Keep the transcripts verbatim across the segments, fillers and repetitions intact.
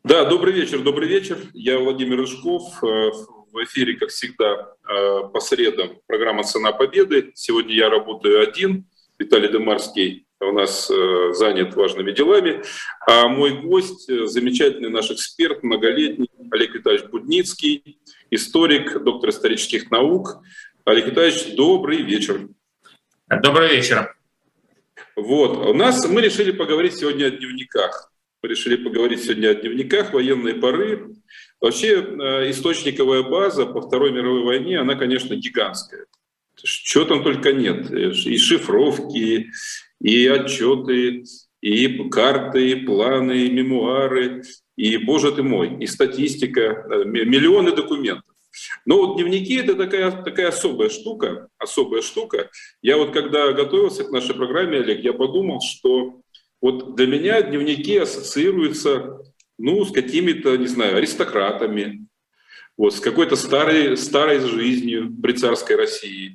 Да, добрый вечер, добрый вечер. Я Владимир Рыжков. В эфире, как всегда, по средам программа «Цена победы». Сегодня я работаю один. Виталий Демарский у нас занят важными делами. А мой гость, замечательный наш эксперт, многолетний, Олег Витальевич Будницкий, историк, доктор исторических наук. Олег Витальевич, добрый вечер. Добрый вечер. Вот. У нас, мы решили поговорить сегодня о дневниках. Мы решили поговорить сегодня о дневниках военной поры. Вообще источниковая база по Второй мировой войне, она, конечно, гигантская. Чего там только нет. И шифровки, и отчеты, и карты, и планы, и мемуары, и, боже ты мой, и статистика, миллионы документов. Но вот дневники — это такая, такая особая штука, особая штука. Я вот когда готовился к нашей программе, Олег, я подумал, что вот для меня дневники ассоциируются, ну, с какими-то, не знаю, аристократами, вот, с какой-то старой, старой жизнью при царской России,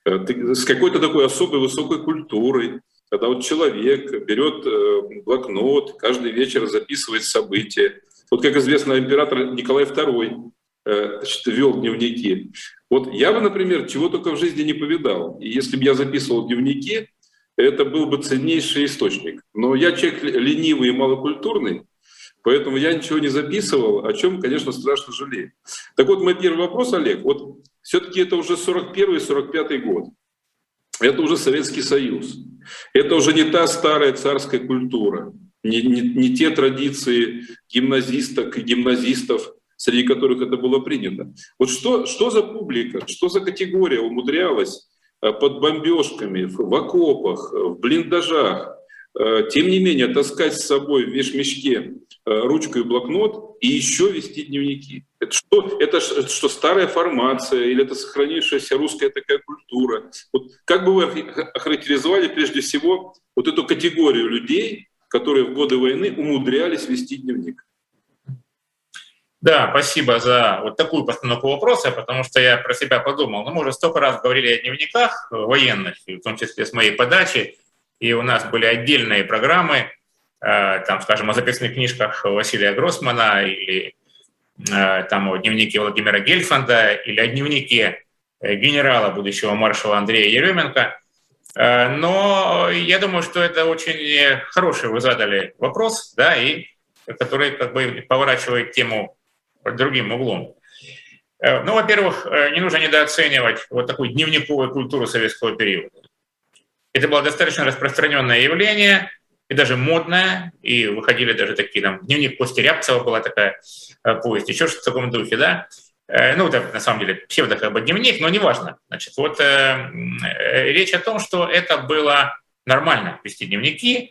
с какой-то такой особой высокой культурой, когда вот человек берет блокнот, каждый вечер записывает события. Вот, как известно, император Николай Второй значит, вел дневники. Вот я бы, например, чего только в жизни не повидал. И если бы я записывал дневники, это был бы ценнейший источник. Но я человек ленивый и малокультурный, поэтому я ничего не записывал, о чем, конечно, страшно жалею. Так вот, мой первый вопрос, Олег, вот все-таки это уже сорок первый — сорок пятый год. Это уже Советский Союз. Это уже не та старая царская культура, не, не, не те традиции гимназисток и гимназистов, среди которых это было принято. Вот что, что за публика, что за категория умудрялась под бомбежками, в окопах, в блиндажах, тем не менее таскать с собой в вещмешке ручку и блокнот и еще вести дневники? Это что, это что, старая формация или это сохранившаяся русская такая культура? Вот как бы вы охарактеризовали прежде всего вот эту категорию людей, которые в годы войны умудрялись вести дневник? Да, спасибо за вот такую постановку вопроса, потому что я про себя подумал. Ну, мы уже столько раз говорили о дневниках военных, в том числе с моей подачи, и у нас были отдельные программы, там, скажем, о записных книжках Василия Гроссмана или там о дневнике Владимира Гельфанда или о дневнике генерала, будущего маршала Андрея Еременко. Но я думаю, что это очень хороший вы задали вопрос, да, и который как бы поворачивает тему под другим углом. Ну, во-первых, не нужно недооценивать вот такую дневниковую культуру советского периода. Это было достаточно распространенное явление, и даже модное, и выходили даже такие, там, дневник Кости Рябцева была такая повесть, еще что-то в таком духе, да. Ну, это на самом деле псевдо как бы дневник, но неважно. Значит, вот э, речь о том, что это было нормально вести дневники,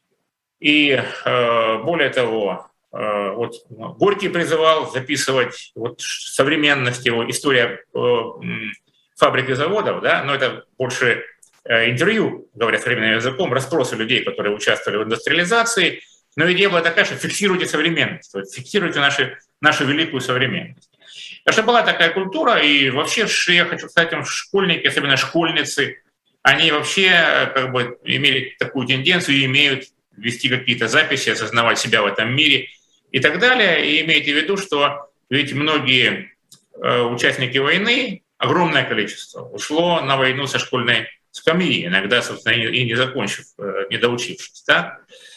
и э, более того, э, вот Горький призывал записывать вот современность его, история э, фабрик и заводов, да, но это больше э, интервью, говоря современным языком, расспросы людей, которые участвовали в индустриализации, но идея была такая, что фиксируйте современность, вот, фиксируйте наши, нашу великую современность. Потому что была такая культура, и вообще, я хочу сказать, школьники, особенно школьницы, они вообще как бы имели такую тенденцию и имеют вести какие-то записи, осознавать себя в этом мире и так далее. И имейте в виду, что ведь многие э, участники войны, огромное количество, ушло на войну со школьной скамьи, иногда, собственно, и не закончив, э, не доучившись. Да?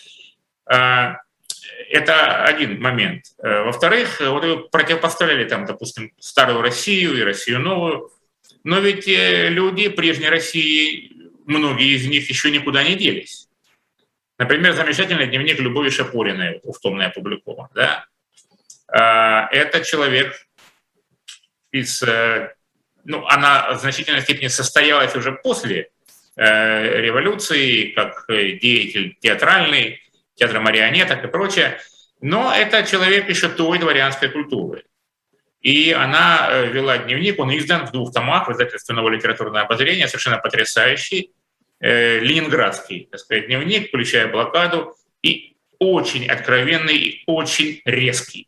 Э, это один момент. Э, во-вторых, вот вы противопоставляли там, допустим, старую Россию и Россию новую, но ведь э, люди прежней России, многие из них еще никуда не делись. Например, замечательный дневник Любови Шапориной, в томной опубликован. Да? Это человек из... Ну, она в значительной степени состоялась уже после революции, как деятель театральный, театра марионеток и прочее. Но это человек еще той дворянской культуры. И она вела дневник, он издан в двух томах в издательстве «Новое литературное обозрение», совершенно потрясающий. Ленинградский, так сказать, дневник, включая блокаду, и очень откровенный, и очень резкий.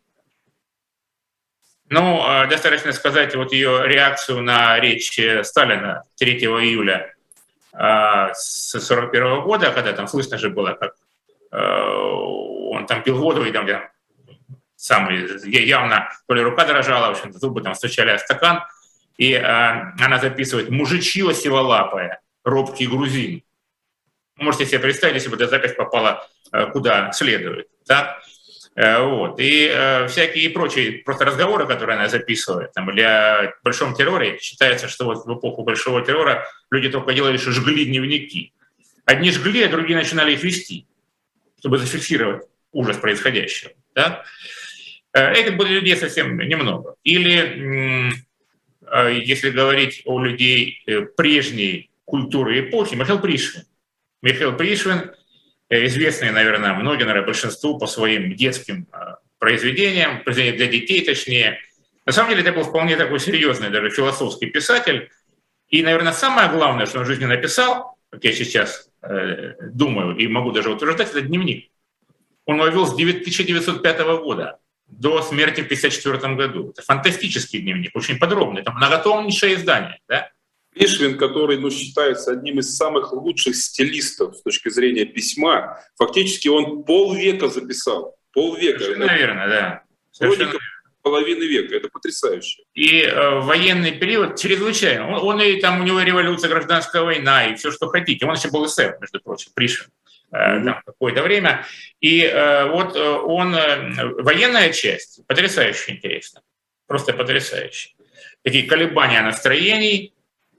Ну, достаточно сказать вот ее реакцию на речь Сталина третьего июля с сорок первого года, когда там слышно же было, как он там пил воду и там самый, явно, то ли рука дрожала, в общем-то, зубы там стучали о стакан, и э, она записывает «Мужичье сиволапое, робкий грузин». Можете себе представить, если бы эта запись попала э, куда следует. Да? Э, вот. И э, всякие прочие просто разговоры, которые она записывает, там, или о большом терроре, считается, что вот в эпоху большого террора люди только делали, что жгли дневники. Одни жгли, а другие начинали их вести, чтобы зафиксировать ужас происходящего. Да? Э, этих было людей совсем немного. Или, э, если говорить о людей прежней культуры эпохи, Михаил Пришвин. Михаил Пришвин, известный, наверное, многим, наверное, большинству по своим детским произведениям, произведениям для детей точнее. На самом деле это был вполне такой серьезный даже философский писатель. И, наверное, самое главное, что он в жизни написал, как я сейчас э, думаю и могу даже утверждать, это дневник. Он его вел с тысяча девятьсот пятого года до смерти в тысяча девятьсот пятьдесят четвёртом году. Это фантастический дневник, очень подробный, это многотомнейшее издание, да? Пришвин, который, ну, считается одним из самых лучших стилистов с точки зрения письма, фактически он полвека записал. Полвека. Совершенно верно, да. Хроника половины века. Это потрясающе. И э, военный период чрезвычайно. Он, он и там у него революция, гражданская война и все, что хотите. Он еще был эсер, между прочим, Пришвин. Э, mm-hmm. Там какое-то время. И э, вот э, он... Э, военная часть потрясающе интересна. Просто потрясающе. Такие колебания настроений,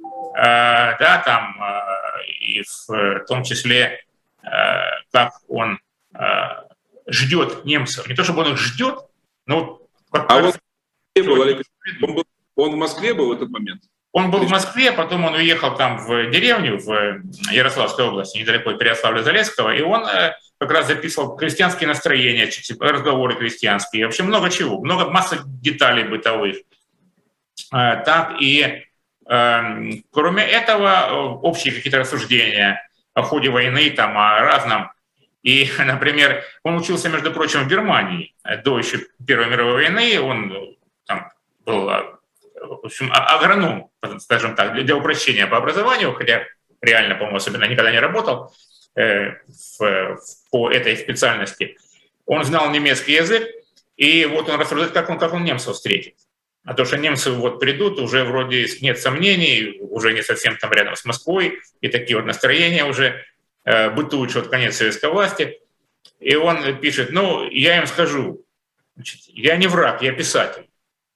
Uh, да, там, uh, и в, в том числе, uh, как он uh, ждет немцев. Не то, чтобы он их ждет, но... Как а он, был, Олег, он, был, он в Москве был в этот момент? Он был в Москве, потом он уехал там в деревню, в Ярославской области, недалеко от Переяславля-Залесского, и он uh, как раз записывал крестьянские настроения, разговоры крестьянские, вообще много чего, много, масса деталей бытовых. Uh, так и... Кроме этого, общие какие-то рассуждения о ходе войны, там, о разном. И, например, он учился, между прочим, в Германии до еще Первой мировой войны. Он там был, в общем, агроном, скажем так, для упрощения по образованию, хотя реально, по-моему, особенно никогда не работал э, в, по этой специальности. Он знал немецкий язык, и вот он рассуждает, как он, как он немцев встретит. А то, что немцы вот придут, уже вроде нет сомнений, уже не совсем там рядом с Москвой, и такие вот настроения уже э, бытуют, что вот конец советской власти. И он пишет, ну, я им скажу, значит, я не враг, я писатель.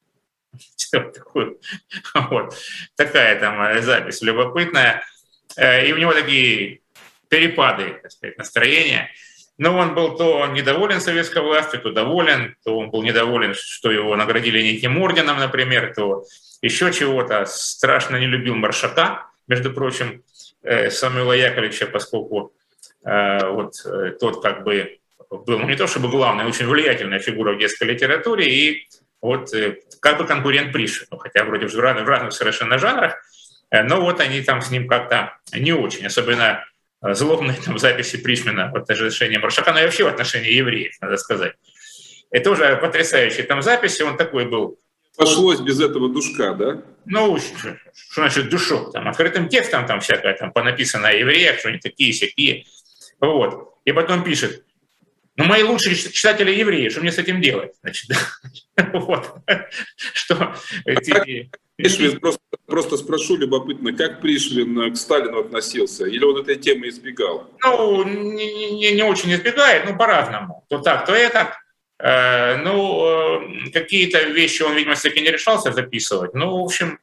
Вот. Такая там запись любопытная. И у него такие перепады, так сказать, настроения. Но он был то недоволен советской властью, то доволен, то он был недоволен, что его наградили неким орденом, например, то еще чего-то. Страшно не любил Маршака, между прочим, Самуила Яковлевича, поскольку э, вот э, тот как бы был, ну, не то чтобы главная, очень влиятельная фигура в детской литературе, и вот э, как бы конкурент Пришвину, хотя вроде в разных, в разных совершенно жанрах, э, но вот они там с ним как-то не очень, особенно злобные там записи Пришвина в отношении Маршака, но и вообще в отношении евреев, надо сказать. Это тоже потрясающие там записи, он такой был. Пошлось без этого душка, да? Ну, что значит душок? Там, открытым текстом там всякое там понаписано о евреях, что они такие-сякие. Вот. И потом пишет, ну, мои лучшие читатели евреи, что мне с этим делать? Значит, вот. Что... Пришвин, просто, просто спрошу любопытно, как Пришвин к Сталину относился? Или он этой темы избегал? Ну, не, не, не очень избегает, ну, по-разному. То так, то это. Э, ну, э, какие-то вещи он, видимо, все-таки не решался записывать. Ну, в общем,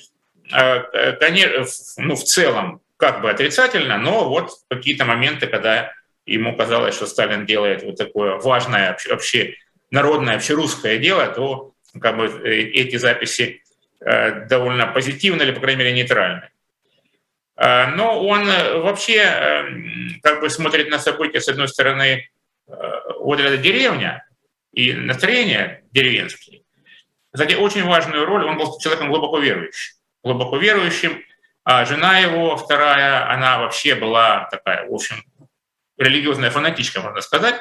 э, конечно, ну, в целом, как бы отрицательно, но вот какие-то моменты, когда ему казалось, что Сталин делает вот такое важное, вообще народное, общерусское дело, то как бы эти записи довольно позитивны или, по крайней мере, нейтральны. Но он вообще как бы смотрит на события, с одной стороны, вот эта деревня и настроение деревенские. Кстати, очень важную роль, он был человеком глубоко верующим. Глубоко верующим, а жена его, вторая, она вообще была такая, в общем, религиозная фанатичка, можно сказать.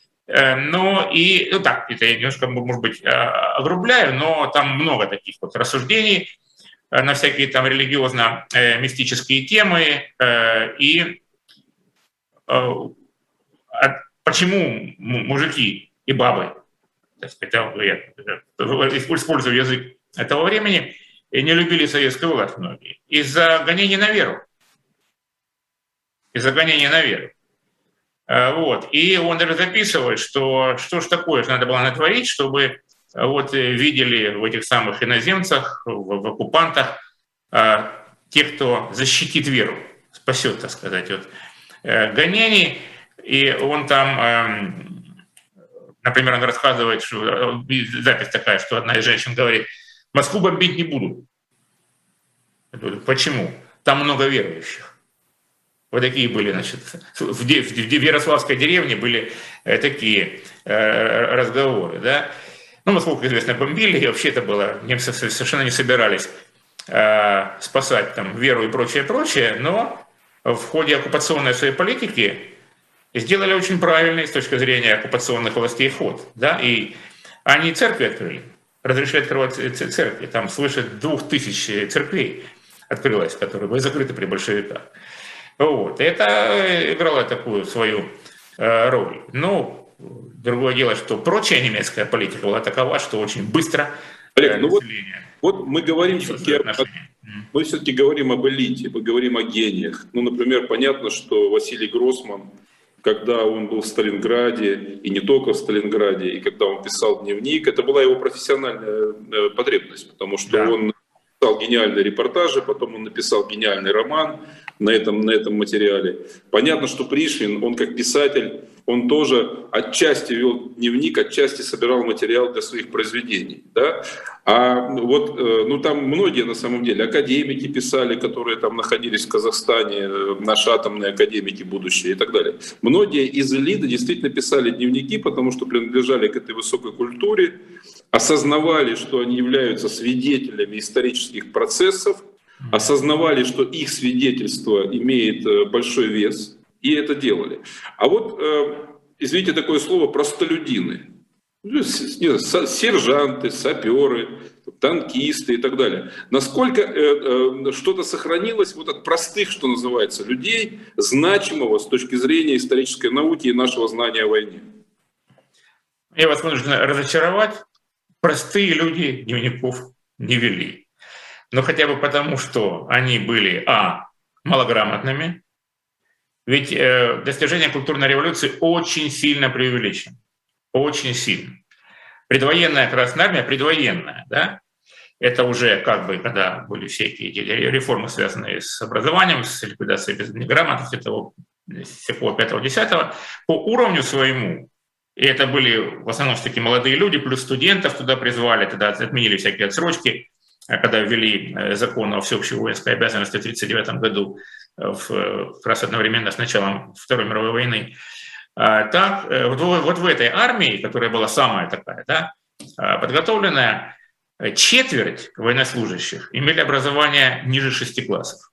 Но и, ну так, это я немножко, может быть, огрубляю, но там много таких вот рассуждений на всякие там религиозно-мистические темы. И почему мужики и бабы так сказать, я использую язык этого времени, и не любили советскую власть многие. Из-за гонений на веру. Из-за гонений на веру. Вот. И он даже записывает, что что ж такое надо было натворить, чтобы вот видели в этих самых иноземцах, в, в оккупантах, тех, кто защитит веру, спасет, так сказать, от гонений. И он там, например, он рассказывает, что запись такая, что одна из женщин говорит: Москву бомбить не буду. Почему? Там много верующих. Вот такие были, значит, в, де, в, в Ярославской деревне были э, такие э, разговоры, да. Ну, Москву, как известно, бомбили, и вообще это было, немцы совершенно не собирались э, спасать там веру и прочее, прочее, но в ходе оккупационной своей политики сделали очень правильный с точки зрения оккупационных властей ход, да, и они церкви открыли, разрешили открывать церкви, там свыше двух тысяч церквей открылось, которые были закрыты при большевиках. Вот. Это играло такую свою э, роль. Ну, другое дело, что прочая немецкая политика была такова, что очень быстро Олег, э, ну вот, вот мы говорим все-таки, о, мы все-таки говорим об элите, мы говорим о гениях. Ну, например, понятно, что Василий Гроссман, когда он был в Сталинграде, и не только в Сталинграде, и когда он писал дневник, это была его профессиональная э, потребность, потому что да. он написал гениальные репортажи, потом он написал гениальный роман на этом, на этом материале. Понятно, что Пришвин, он как писатель, он тоже отчасти вел дневник, отчасти собирал материал для своих произведений. Да? А вот, ну там многие на самом деле академики писали, которые там находились в Казахстане, наши атомные академики будущие и так далее. Многие из элиты действительно писали дневники, потому что принадлежали к этой высокой культуре, осознавали, что они являются свидетелями исторических процессов, осознавали, что их свидетельство имеет большой вес, и это делали. А вот, извините такое слово, простолюдины, сержанты, саперы, танкисты и так далее. Насколько что-то сохранилось вот от простых, что называется, людей, значимого с точки зрения исторической науки и нашего знания о войне? Я вас вынужден разочаровать. Простые люди дневников не вели. Но хотя бы потому, что они были, а, малограмотными, ведь э, достижение культурной революции очень сильно преувеличено, очень сильно. Предвоенная Красная Армия, предвоенная, да, это уже как бы, когда были всякие реформы, связанные с образованием, с ликвидацией безграмотности, того, всякого пятого-десятого, по уровню своему, и это были в основном такие молодые люди, плюс студентов туда призвали, тогда отменили всякие отсрочки, когда ввели закон о всеобщей воинской обязанности в тысяча девятьсот тридцать девятом году, в, как раз одновременно с началом Второй мировой войны. Так, вот, вот в этой армии, которая была самая такая, да, подготовленная, четверть военнослужащих имели образование ниже шести классов.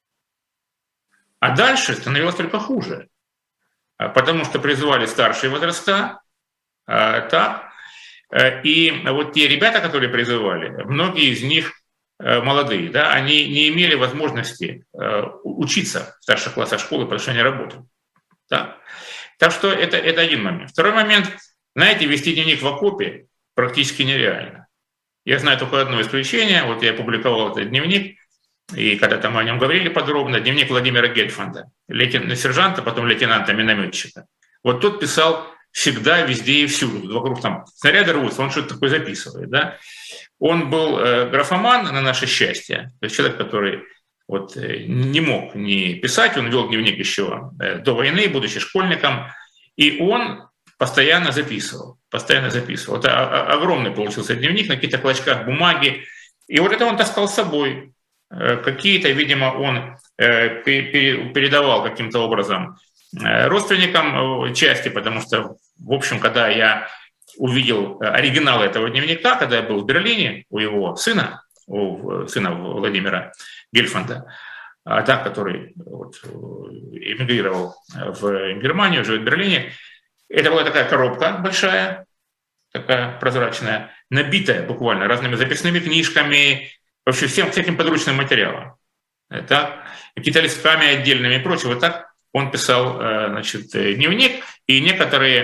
А дальше становилось только хуже, потому что призывали старшие возраста, так, и вот те ребята, которые призывали, многие из них молодые, да, они не имели возможности учиться в старших классах школы, потому что они работали. Да. Так что это, это один момент. Второй момент, знаете, вести дневник в окопе практически нереально. Я знаю только одно исключение, вот я опубликовал этот дневник, и когда там о нем говорили подробно, дневник Владимира Гельфанда, лейтенанта, сержанта, потом лейтенанта-минометчика. Вот тот писал всегда, везде и всюду. Вокруг там снаряды рвутся, он что-то такое записывает. Да? Он был э, графоман, на наше счастье, то есть человек, который вот, э, не мог не писать, он вел дневник еще э, до войны, будучи школьником, и он постоянно записывал, постоянно записывал. Это огромный получился дневник на каких-то клочках бумаги, и вот это он таскал с собой. Э, какие-то, видимо, он э, передавал каким-то образом родственникам части, потому что, в общем, когда я увидел оригинал этого дневника, когда я был в Берлине у его сына, у сына Владимира Гельфанда, да, который вот, эмигрировал в Германию, живет в Берлине, это была такая коробка большая, такая прозрачная, набитая буквально разными записными книжками, вообще всем всяким подручным материалом, так, какими-то листками отдельными и прочее. Вот так он писал, значит, дневник, и некоторые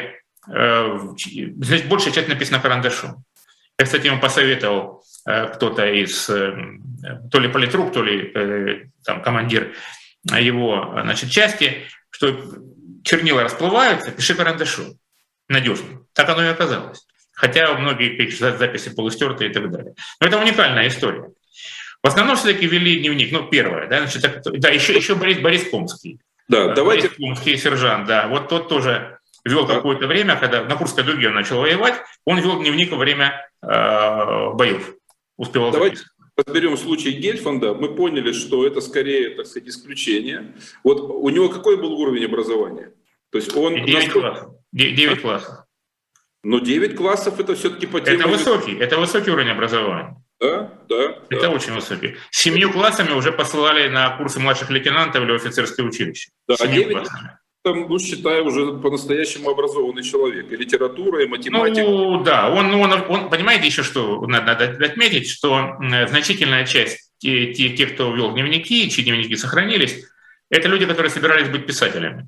здесь большая часть написана карандашом. Я, кстати, ему посоветовал кто-то из, то ли политрук, то ли там, командир его, значит, части, что чернила расплываются, пиши карандашом. Надежно. Так оно и оказалось. Хотя многие записи полустертые и так далее. Но это уникальная история. В основном все-таки вели дневник. Ну, первое. Да, значит, так, да еще, еще Борис, Борис Комский. Да, давайте. Борис Комский, сержант, да. Вот тот тоже вел да. какое-то время, когда на Курской дуге он начал воевать, он вел дневник во время э, боев. Успевал давайте записывать. Разберем случай Гельфанда. Мы поняли, что это скорее, так сказать, исключение. Вот у него какой был уровень образования? То есть он... девять классов. девять классов. Но девять классов это все-таки по теме... Это высокий, это высокий уровень образования. Да, да. Это да. очень высокий. Семью классами уже посылали на курсы младших лейтенантов или офицерское училище. Да, а девять там, ну, считаю, уже по-настоящему образованный человек. И литература, и математика. Ну, да. Он, он, он, понимаете, еще что надо, надо отметить, что значительная часть тех, те, кто вел дневники, чьи дневники сохранились, это люди, которые собирались быть писателями.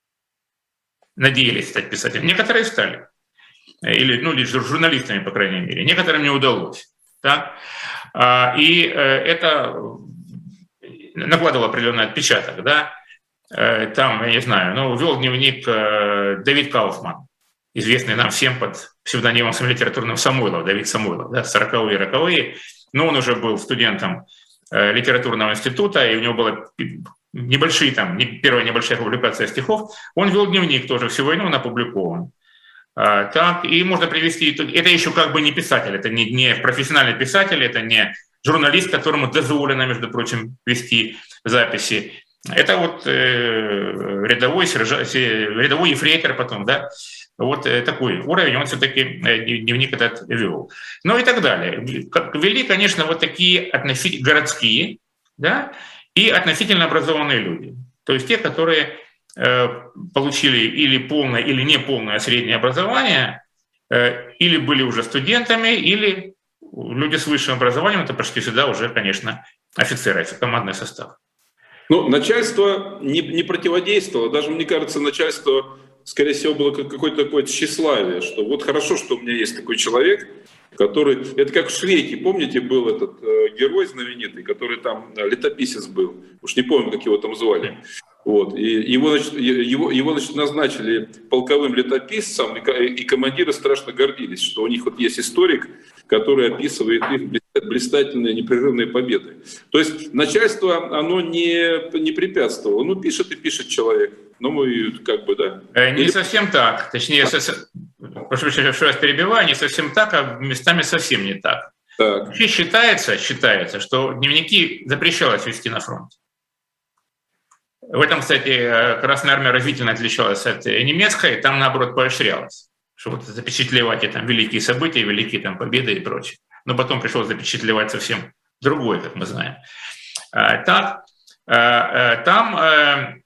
Надеялись стать писателями. Некоторые стали. Или, ну, лишь журналистами, по крайней мере. Некоторым не удалось. Так? И это накладывало определенный отпечаток. Да? Там, я не знаю, ну, вел дневник Давид Кауфман, известный нам всем под псевдонимом литературным Самойлов, Давид Самойлов, да, сороковые, роковые. Но он уже был студентом литературного института, и у него было небольшие, там, первая небольшая публикация стихов. Он вел дневник тоже, всего иного он опубликован. Так, и можно привести, это еще как бы не писатель, это не, не профессиональный писатель, это не журналист, которому дозволено, между прочим, вести записи. Это вот э, рядовой, рядовой ефрейтор потом, да, вот э, такой уровень, он все-таки э, дневник этот вел. Ну и так далее. Как вели, конечно, вот такие относительно городские, да, и относительно образованные люди. То есть те, которые получили или полное, или неполное среднее образование, или были уже студентами, или люди с высшим образованием, это почти всегда уже, конечно, офицеры, это командный состав. Ну, начальство не, не противодействовало, даже, мне кажется, начальство, скорее всего, было какое-то такое тщеславие, что вот хорошо, что у меня есть такой человек, который, это как в Шреке, помните, был этот э, герой знаменитый, который там э, летописец был, уж не помню, как его там звали. Вот. И его, значит, его, его значит, назначили полковым летописцем, и, и командиры страшно гордились, что у них вот есть историк, который описывает их блистательные непрерывные победы. То есть начальство, оно не, не препятствовало. Ну, пишет и пишет человек. Ну, мы как бы, да. Не Или... совсем так. Точнее, со... прошу прощения, что раз перебиваю, не совсем так, а местами совсем не так. так. Вообще считается, считается, что дневники запрещалось вести на фронт. В этом, кстати, Красная Армия разительно отличалась от немецкой, там, наоборот, поощрялась, чтобы запечатлевать и, там, великие события, великие там, победы и прочее. Но потом пришлось запечатлевать совсем другое, как мы знаем. Так, там,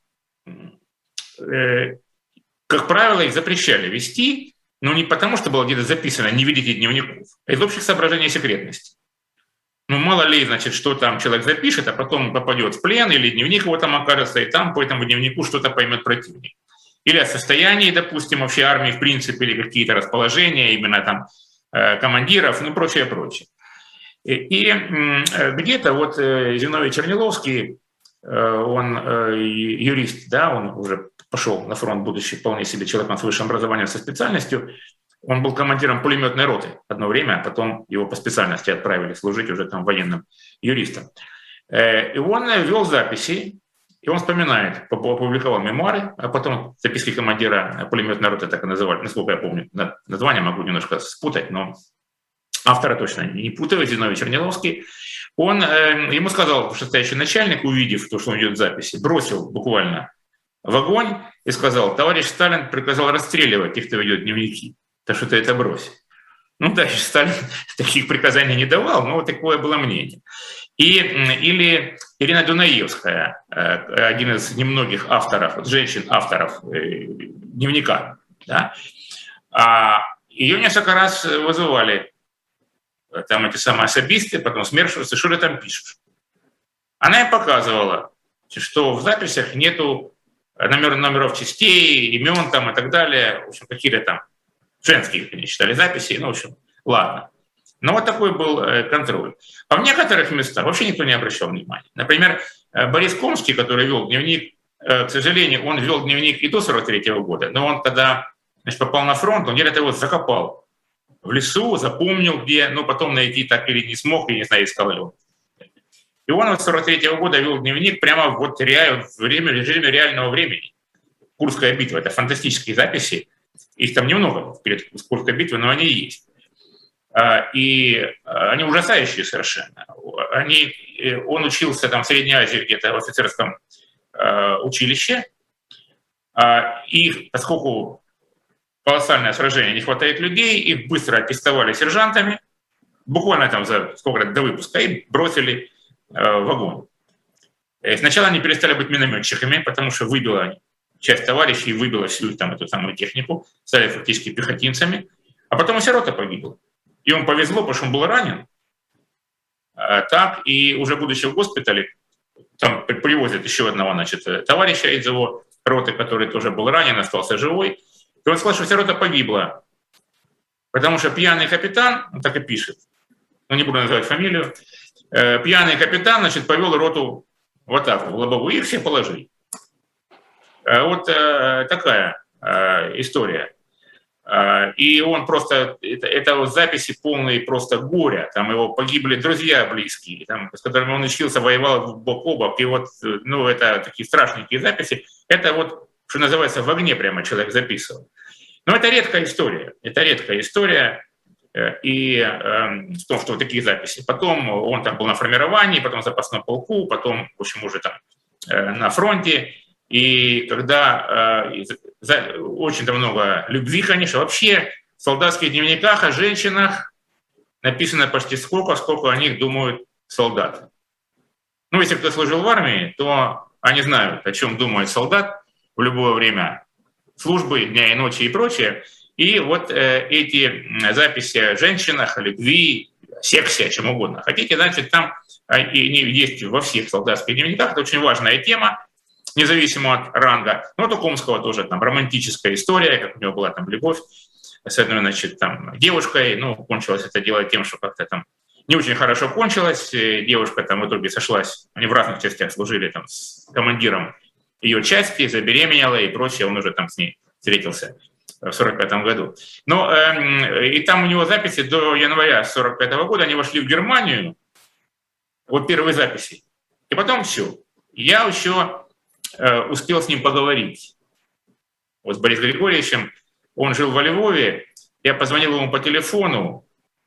как правило, их запрещали вести, но не потому, что было где-то записано «не ведите дневников», а из общих соображений секретности. Ну, мало ли, значит, что там человек запишет, а потом попадет в плен, или дневник его там окажется, и там по этому дневнику что-то поймет противник. Или о состоянии, допустим, вообще армии в принципе, или какие-то расположения, именно там командиров, ну, прочее, прочее. И, и где-то вот Зиновий Черниловский, он юрист, да, он уже пошел на фронт, будучи вполне себе человеком с высшим образованием, со специальностью. Он был командиром пулеметной роты одно время, а потом его по специальности отправили служить уже там военным юристом. И он вел записи, и он вспоминает, опубликовал мемуары, а потом записки командира пулеметной роты так и называли, насколько я помню, название могу немножко спутать, но автора точно не путаю, Зиновий Черниловский. Он, ему сказал вышестоящий начальник, увидев то, что он идет в записи, бросил буквально в огонь и сказал: товарищ Сталин приказал расстреливать тех, кто ведет дневники. Так что ты это брось. Ну да, Сталин таких приказаний не давал, но вот такое было мнение. И, или Ирина Дунаевская, один из немногих авторов, женщин-авторов дневника. Да? Ее несколько раз вызывали там эти самые особисты, потом смершиваются, что ты там пишешь. Она им показывала, что в записях нету номер, номеров частей, имен там и так далее, в общем, какие-то там Женские они читали записи, ну, в общем, ладно. Но вот такой был контроль. А в некоторых местах вообще никто не обращал внимания. Например, Борис Комский, который вел дневник, к сожалению, он вел дневник и до сорок третьего года, но он, когда, значит, попал на фронт, он где-то его закопал в лесу, запомнил где, но потом найти так или не смог, и, не знаю, искал ли он. И он вот с сорок третьего года вел дневник прямо вот реаль, в время, в режиме реального времени. Курская битва — это фантастические записи, их там немного перед Курской битвой, но они есть. И они ужасающие совершенно. Они, он учился там в Средней Азии где-то в офицерском э, училище. И поскольку колоссальное сражение, не хватает людей, их быстро аттестовали сержантами, буквально там за сколько до выпуска, и бросили э, в огонь. Сначала они перестали быть минометчиками, потому что выбила часть товарищей, выбила всю там эту самую технику, стали фактически пехотинцами, а потом и сирота погибла. И ему повезло, потому что он был ранен. А, так, и уже будучи в госпитале, там привозят еще одного, значит, товарища из его роты, который тоже был ранен, остался живой. И он сказал, что вся рота погибла, потому что пьяный капитан, он так и пишет, ну не буду называть фамилию, э, пьяный капитан, значит, повел роту в атаку, в лобовую, и их все положили. Э, вот э, такая э, история. И он просто, это, это вот записи полные просто горя, там его погибли друзья близкие, там, с которыми он учился, воевал бок о бок, и вот, ну, это такие страшненькие записи, это вот, что называется, в огне прямо человек записывал. Но это редкая история, это редкая история, и э, в том, что вот такие записи. Потом он там был на формировании, потом в запасном полку, потом, в общем, уже там э, на фронте. И когда э, за, очень-то много любви, конечно, вообще в солдатских дневниках о женщинах написано почти сколько, сколько о них думают солдаты. Ну, если кто служил в армии, то они знают, о чем думает солдат в любое время службы, дня и ночи и прочее. И вот э, эти записи о женщинах, о любви, о сексе, о чем угодно. Хотите, значит, там они есть во всех солдатских дневниках, это очень важная тема, независимо от ранга. Но вот у Комского тоже там романтическая история, как у него была там любовь с одной, значит, там девушкой. Ну, кончилось это дело тем, что как-то там не очень хорошо кончилось. Девушка там в итоге сошлась, они в разных частях служили там с командиром ее части, забеременела и прочее. Он уже там с ней встретился в сорок пятом году. Но э, и там у него записи до января сорок пятого года, они вошли в Германию, вот первые записи. И потом все. Я еще успел с ним поговорить. Вот с Борисом Григорьевичем. Он жил во Львове. Я позвонил ему по телефону.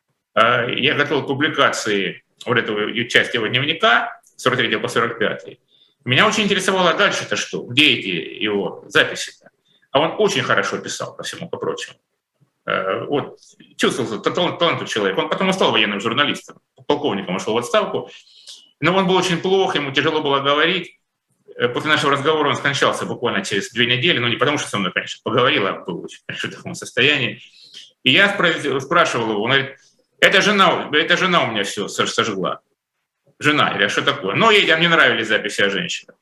Я готовил публикации вот эту часть его дневника с сорок третьего по сорок пятый. Меня очень интересовало дальше-то что? Где эти его записи-то? А он очень хорошо писал, ко всему по прочему. Вот, чувствовался талантливый человек. Он потом стал военным журналистом. Полковником ушел в отставку. Но он был очень плох, ему тяжело было говорить. После нашего разговора он скончался буквально через две недели, но не потому, что со мной, конечно, поговорил, а был очень в таком состоянии. И я спрашивал его, он говорит, это жена, это жена у меня все сожгла. Жена, или а что такое? Ну, ей там не нравились записи о женщинах.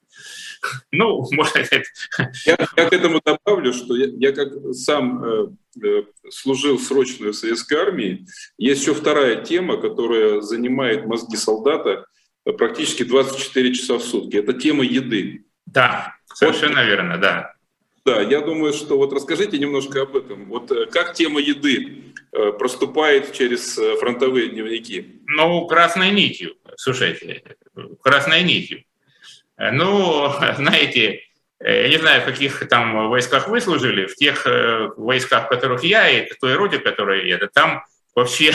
Ну, может, это... Я, я к этому добавлю, что я, я как сам э, э, служил срочно в советской армии, есть еще вторая тема, которая занимает мозги солдата практически двадцать четыре часа в сутки. Это тема еды. Да, совершенно вот, верно, да. Да, я думаю, что вот расскажите немножко об этом. Вот как тема еды проступает через фронтовые дневники? Ну, красной нитью, слушайте, красной нитью. Ну, знаете, я не знаю, в каких там войсках вы служили, в тех войсках, в которых я, и в той роте, в которой я, там вообще,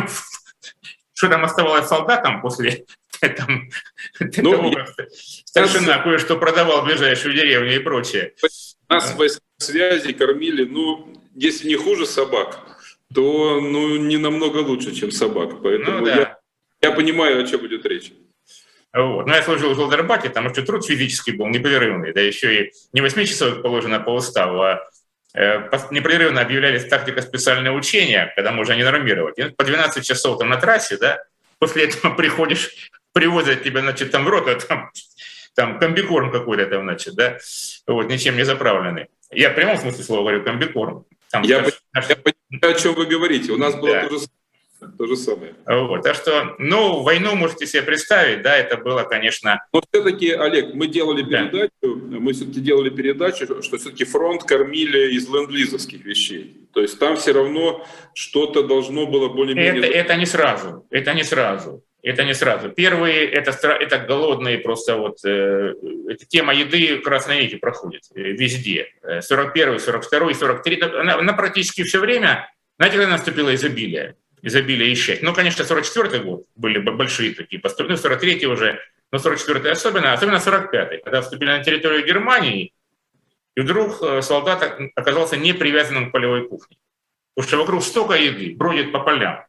что там оставалось солдатам после там, ну, того, как старшина я... кое-что продавал в ближайшую деревню и прочее. Нас в войсках связи кормили, ну, если не хуже собак, то ну, не намного лучше, чем собак. Поэтому ну, да. я, я понимаю, о чем будет речь. Вот. Но я служил в Жолдарбате, там еще труд физический был непрерывный, да еще и не восемь часов положено по уставу, а э, непрерывно объявлялись тактика специальные учения, когда можно не нормировать. И по двенадцать часов там на трассе, да, после этого приходишь, привозят тебя, значит, там в рот, а там, там комбикорм какой-то там, значит, да, вот, ничем не заправленный. Я в прямом смысле слова говорю комбикорм. Там, я, наш, наш... я понимаю, о чем вы говорите. У нас было да. то, же, то же самое. Вот. Так что, ну, войну можете себе представить, да, это было, конечно... Но все-таки, Олег, мы делали передачу, да. мы все-таки делали передачу, что все-таки фронт кормили из ленд-лизовских вещей. То есть там все равно что-то должно было более-менее... Это, это не сразу, это не сразу. Это не сразу. Первые, это, это голодные просто вот, э, тема еды красной нити проходит э, везде. сорок первый, сорок второй, сорок третий, она, она практически все время, знаете, когда наступило изобилие, изобилие и счастье. Ну, конечно, сорок четвёртый год были большие такие постройки, ну, сорок третий уже, но сорок четвёртый особенно, особенно сорок пятый, когда вступили на территорию Германии, и вдруг солдат оказался не привязанным к полевой кухне. Потому что вокруг столько еды, бродит по полям.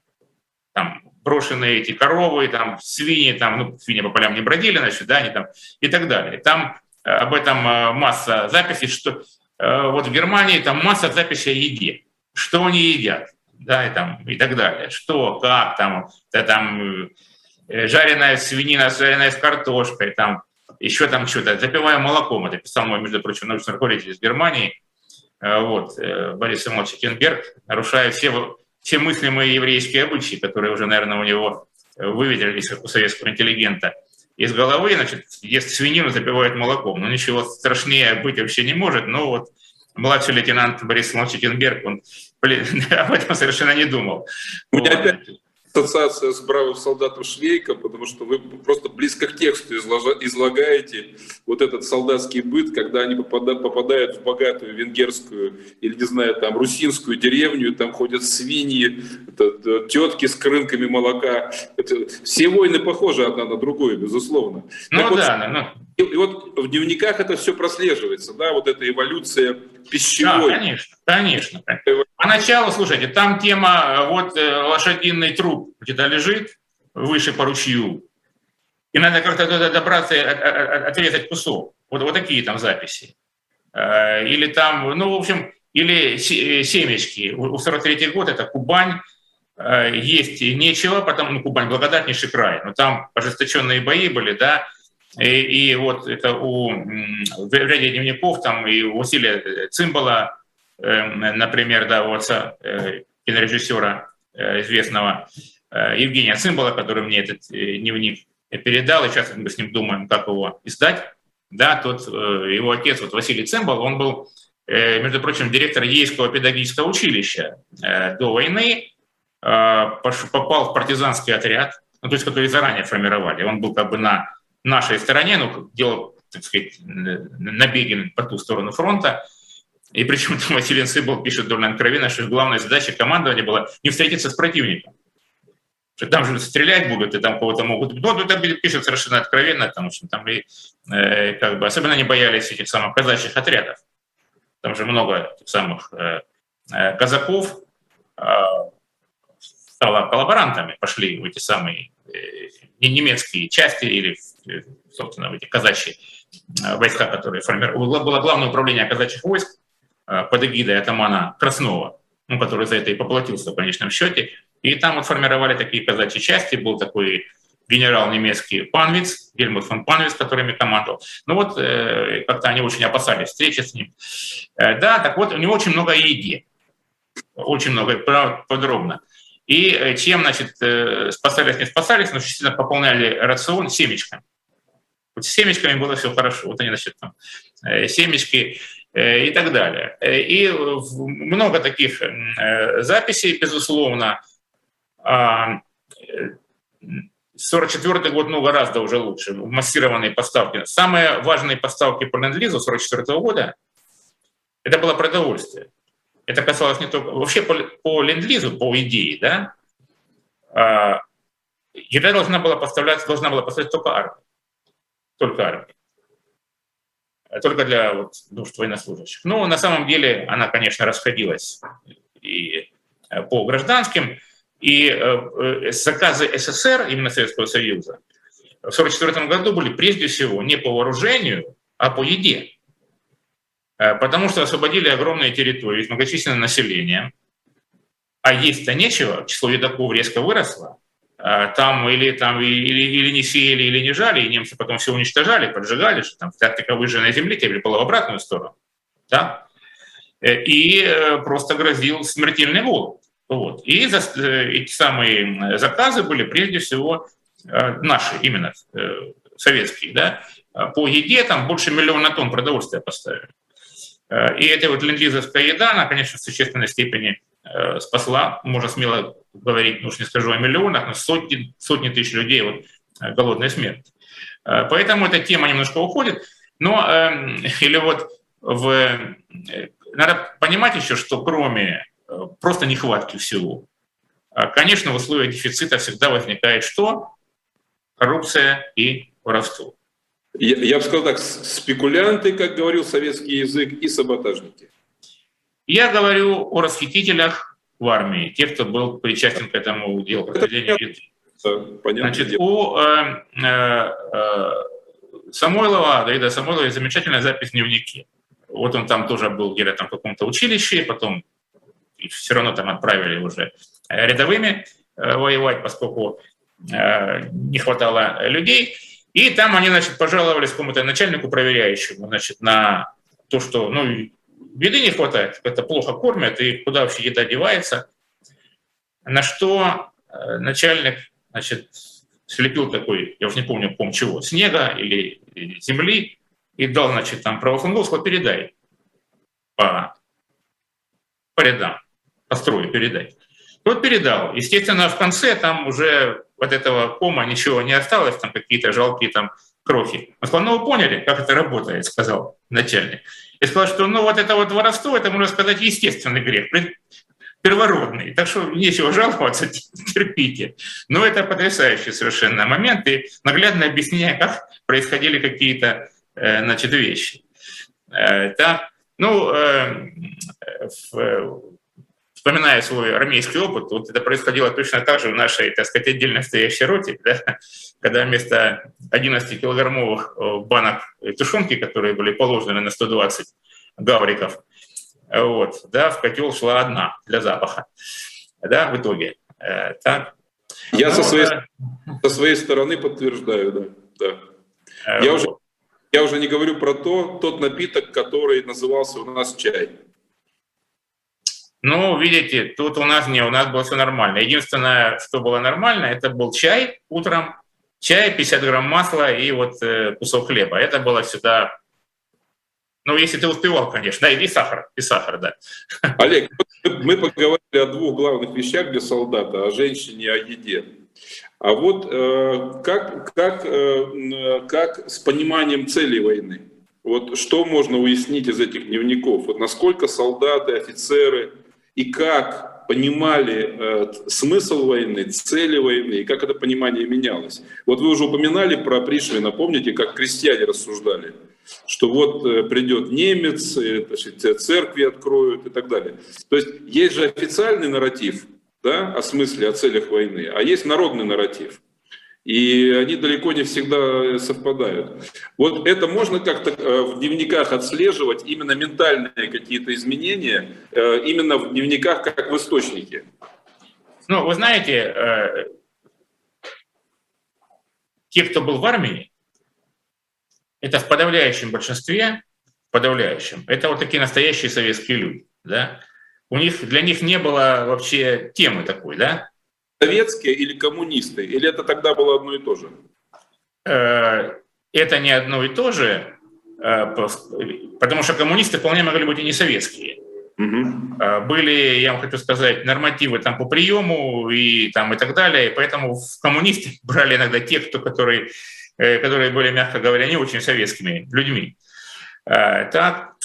Там брошенные эти коровы, там свиньи, там, ну, свиньи по полям не бродили, значит, да, они там и так далее. Там э, об этом э, масса записей, что э, вот в Германии там масса записей о еде, что они едят, да, и, там, и так далее, что, как, там, да, там э, жареная свинина, жареная с картошкой, там, еще там что-то, запивая молоком, это писал мой, между прочим, научный руководитель из Германии, э, вот, э, Борис Иванович Кенберг, нарушая все... все мыслимые еврейские обычаи, которые уже, наверное, у него выветрились, как у советского интеллигента, из головы, значит, ест свинину, запивает молоком. Ну, ничего страшнее быть вообще не может. Но вот младший лейтенант Борис Иванович Кенберг, он блин, об этом совершенно не думал. У меня вот. Опять ассоциация с бравым солдатом Швейком, потому что вы просто близко к тексту излагаете вот этот солдатский быт, когда они попадают, попадают в богатую венгерскую или, не знаю, там, русинскую деревню, там ходят свиньи, это, тетки с крынками молока. Это, все войны похожи одна на другую, безусловно. Ну так да, вот, да. Ну. И, и вот в дневниках это все прослеживается, да, вот эта эволюция пищевой. Да, конечно, конечно. Поначалу, слушайте, там тема, вот лошадиный труп где-то лежит выше по ручью, и надо как-то туда добраться и отрезать кусок. Вот, вот такие там записи. Или там, ну, в общем, или семечки. У сорок третий год, это Кубань, есть нечего, потому, ну, Кубань благодатнейший край, но там ожесточенные бои были, да, и, и вот это у, в ряде дневников, там и у Василия Цимбала, э, например, да, у отца э, кинорежиссера э, известного э, Евгения Цимбала, который мне этот э, дневник передал, и сейчас мы с ним думаем, как его издать, да, тот, э, его отец, вот Василий Цимбал, он был, э, между прочим, директор Ейского педагогического училища э, до войны, э, попал в партизанский отряд, ну, то есть, который заранее формировали, он был как бы на нашей стороне, ну, делал, так сказать, набеги по ту сторону фронта. И причем там Василий Цимбал пишет довольно откровенно, что главная задача командования была не встретиться с противником. Что там же стрелять будут, и там кого-то могут... Ну, это пишет совершенно откровенно, потому что там и, э, как бы, особенно они боялись этих самых казачьих отрядов. Там же много этих самых э, э, казаков э, стало коллаборантами, пошли в эти самые э, немецкие части или, собственно, в эти казачьи войска, которые формировали. Было главное управление казачьих войск под эгидой атамана Краснова, ну, который за это и поплатился в конечном счете. И там вот формировали такие казачьи части. Был такой генерал немецкий Панвиц, Гельмут фон Панвиц, которыми командовал. Ну вот э, как-то они очень опасались встречи с ним. Э, да, так вот, у него очень много еды. Очень много, подробно. И чем, значит, спасались, не спасались, но сильно пополняли рацион семечками. Вот с семечками было все хорошо. Вот они, значит, там, семечки и так далее. И много таких записей, безусловно. сорок четвёртый год, ну, гораздо уже лучше. Массированные поставки. Самые важные поставки по ленд-лизу сорок четвёртого года — это было продовольствие. Это касалось не только... Вообще по, по ленд-лизу, по идее, да, э, еда должна была поставляться, должна была поставлять только армия. Только армия. Только для вот, нужд военнослужащих. Ну, на самом деле, она, конечно, расходилась и по гражданским. И э, заказы СССР, именно Советского Союза, в сорок четвёртом году были прежде всего не по вооружению, а по еде. Потому что освободили огромные территории, многочисленное население, а есть-то нечего, число едоков резко выросло, там или, там или, или не сеяли, или не жали, и немцы потом все уничтожали, поджигали, что там тактика выжженной земли, тебе было в обратную сторону. Да? и просто грозил смертельный голод. Вот. И за, эти самые заказы были прежде всего наши, именно советские. Да? По еде там больше миллиона тонн продовольствия поставили. И эта вот ленд-лизовская еда, она, конечно, в существенной степени спасла, можно смело говорить, ну уж не скажу о миллионах, но сотни, сотни тысяч людей вот, голодной смерти. Поэтому эта тема немножко уходит. Но или вот в, надо понимать еще, что кроме просто нехватки всего, конечно, в условиях дефицита всегда возникает что? Коррупция и воровство. Я, я бы сказал так, спекулянты, как говорил советский язык, и саботажники. Я говорю о расхитителях в армии, тех, кто был причастен к этому делу. К Значит, у э, э, Самойлова, Давида Самойлова, есть замечательная запись в дневнике. Вот он там тоже был где-то там в каком-то училище, потом все равно там отправили уже рядовыми э, воевать, поскольку э, не хватало людей. И там они, значит, пожаловались какому-то начальнику проверяющему, значит, на то, что, ну, еды не хватает, это плохо кормят, и куда вообще еда девается. На что э, начальник, значит, слепил такой, я уже не помню, помню чего, снега или, или земли, и дал, значит, там правофлангов, сказал, передай по, по рядам, по строю передай. Вот передал. Естественно, в конце там уже от этого кома ничего не осталось, там какие-то жалкие там крохи. Он сказал, ну вы поняли, как это работает, сказал начальник. И сказал, что ну вот это вот воровство, это, можно сказать, естественный грех, первородный. Так что нечего жаловаться, терпите. Но это потрясающий совершенно момент, и наглядно объясняя, как происходили какие-то значит, вещи. Так, ну, в, вспоминая свой армейский опыт, вот это происходило точно так же в нашей, так сказать, отдельно стоящей роте, да, когда вместо одиннадцатикилограммовых банок тушенки, которые были положены на сто двадцать гавриков, вот, да, в котел шла одна для запаха, да, в итоге. Так. Я ну, со, своей, да. со своей стороны подтверждаю, да. да. Я, вот. уже, я уже не говорю про то, тот напиток, который назывался у нас чай. Ну, видите, тут у нас не, у нас было все нормально. Единственное, что было нормально, это был чай утром, чай, пятьдесят грамм масла и вот э, кусок хлеба. Это было всегда, ну, если ты успевал, конечно, да, и сахар, и сахар, да. Олег, мы поговорили о двух главных вещах для солдата, о женщине и о еде. А вот э, как, как, э, как с пониманием цели войны? Вот что можно уяснить из этих дневников? Вот насколько солдаты, офицеры и как понимали э, смысл войны, цели войны, и как это понимание менялось. Вот вы уже упоминали про Пришвина, помните, как крестьяне рассуждали, что вот э, придет немец, э, церкви откроют и так далее. То есть есть же официальный нарратив, да, о смысле, о целях войны, а есть народный нарратив. И они далеко не всегда совпадают. Вот это можно как-то в дневниках отслеживать, именно ментальные какие-то изменения, именно в дневниках, как в источнике? Ну, вы знаете, те, кто был в армии, это в подавляющем большинстве, в подавляющем, это вот такие настоящие советские люди, да? У них, для них не было вообще темы такой, да? Советские или коммунисты? Или это тогда было одно и то же? Это не одно и то же, потому что коммунисты вполне могли быть и не советские. Угу. Были, я вам хочу сказать, нормативы там по приему и, там, и так далее, и поэтому в коммунисты брали иногда тех, кто, которые, которые были, мягко говоря, не очень советскими людьми. Так,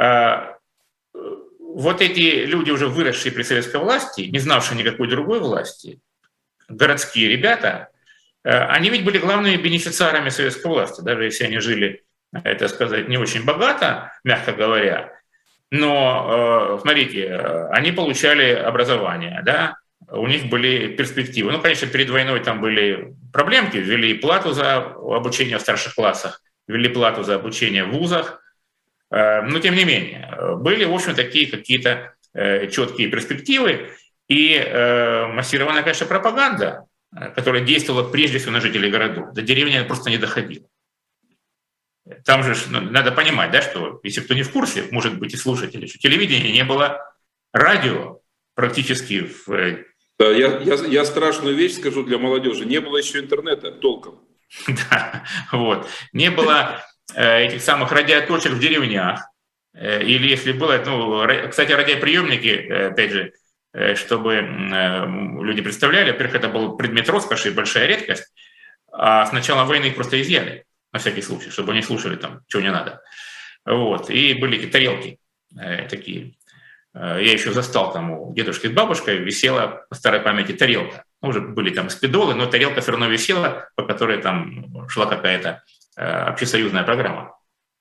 вот эти люди, уже выросшие при советской власти, не знавшие никакой другой власти, городские ребята, они ведь были главными бенефициарами советской власти, даже если они жили, это сказать, не очень богато, мягко говоря. Но, смотрите, они получали образование, да, у них были перспективы. Ну, конечно, перед войной там были проблемки, ввели плату за обучение в старших классах, ввели плату за обучение в вузах, но тем не менее, были, в общем, такие какие-то четкие перспективы, и э, массированная, конечно, пропаганда, которая действовала прежде всего на жителей городов. До деревни она просто не доходила. там же ну, надо понимать, да, что, если кто не в курсе, может быть и слушатели, что телевидения не было, радио практически в... Да, я, я, я страшную вещь скажу для молодежи. Не было еще интернета толком. Да, вот. Не было э, этих самых радиоточек в деревнях. Э, или если было, ну, кстати, радиоприемники, э, опять же, э, чтобы э, люди представляли, во-первых, это был предмет роскоши, большая редкость, а с начала войны их просто изъяли, на всякий случай, чтобы они слушали там, чего не надо. Вот. И были эти тарелки э, такие. Я еще застал там у дедушки с бабушкой, висела по старой памяти тарелка. Уже были там спидолы, но тарелка все равно висела, по которой там шла какая-то э, общесоюзная программа.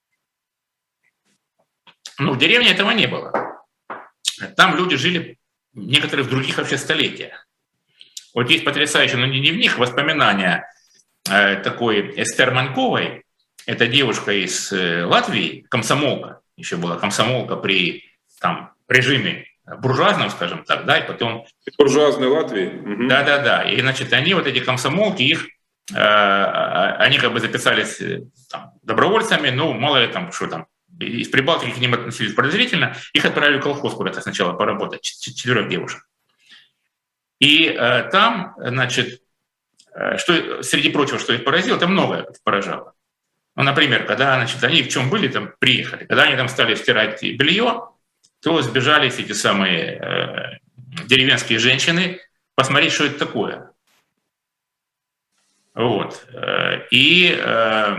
Ну, в деревне этого не было. Там люди жили, некоторые в других вообще столетиях. Вот есть потрясающий, но не дневник, воспоминания э, такой Эстер Манковой. Это девушка из э, Латвии, комсомолка. Еще была комсомолка при там, режиме буржуазном, скажем так, да, и потом... Буржуазной Латвии. Угу. Да-да-да. И, значит, они, вот эти комсомолки, их, э, они как бы записались там, добровольцами, ну, мало ли там, что там, из Прибалтики к ним относились подозрительно, их отправили в колхоз куда-то сначала поработать, четырех девушек. И э, там, значит, э, что, среди прочего, что их поразило, там многое поражало. Ну, например, когда, значит, они в чем были, там, приехали, когда они там стали стирать белье, то сбежались эти самые э, деревенские женщины посмотреть, что это такое. Вот. И э,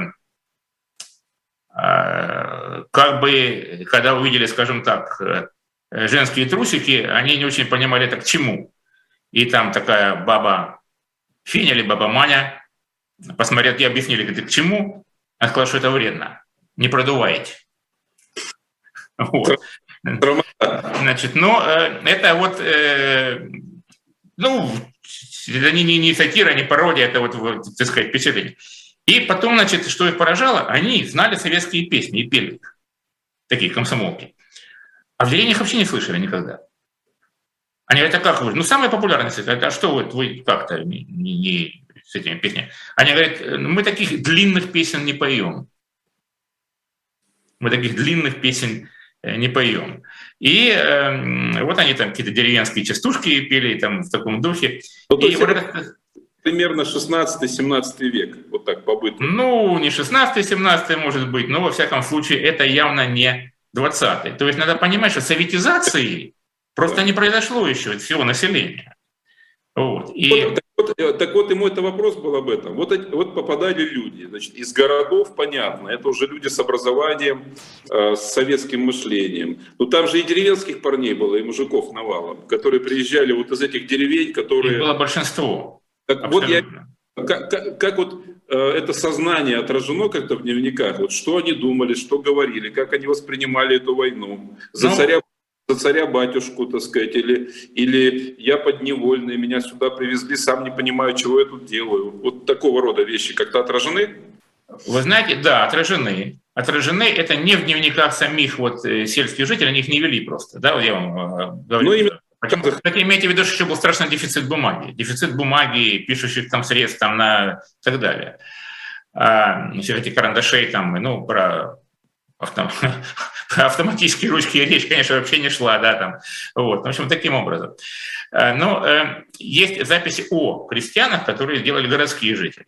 э, как бы, когда увидели, скажем так, женские трусики, они не очень понимали, это к чему. И там такая баба Финя или баба Маня посмотрели, и объяснили, говорит, к чему. Она сказала, что это вредно, не продувайте. Вот. Значит, ну, это вот, э, ну, это не, не, не сатира, не пародия, это вот, вот, так сказать, впечатление. И потом, значит, что их поражало, они знали советские песни и пели их, такие комсомолки. А в деревнях вообще не слышали никогда. Они говорят, а как вы? Ну, самые популярные, а что вот вы как-то не, не, не с этими песнями? Они говорят, мы таких длинных песен не поем. Мы таких длинных песен не поем. И э, вот они там какие-то деревенские частушки пели там в таком духе. Ну, и вот это примерно шестнадцатый-семнадцатый век, вот так побыто. Ну, не шестнадцатый-семнадцатый может быть, но во всяком случае это явно не двадцатый. То есть надо понимать, что советизации просто не произошло еще от всего населения. Вот. И... Вот, так, вот, так вот, ему это вопрос был об этом. Вот, вот попадали люди, значит, из городов, понятно, это уже люди с образованием, э, с советским мышлением. Но там же и деревенских парней было, и мужиков навалом, которые приезжали вот из этих деревень, которые... Их было большинство. Так вот я... Как, как, как вот э, это сознание отражено как-то в дневниках? Вот что они думали, что говорили, как они воспринимали эту войну? За ну... царя... за царя-батюшку, так сказать, или, или я подневольный, меня сюда привезли, сам не понимаю, чего я тут делаю. Вот такого рода вещи как-то отражены? Вы знаете, да, отражены. Отражены, это не в дневниках самих вот сельских жителей, они их не вели просто, да, я вам э, говорю. Ну, именно... Так имейте в виду, что был страшный дефицит бумаги. Дефицит бумаги, пишущих там средств там, на... и так далее. А, все эти карандашей там, ну, про... Автом... Про автоматические ручки речь, конечно, вообще не шла, да, там, вот, в общем, таким образом. Но э, есть записи о крестьянах, которые делали городские жители.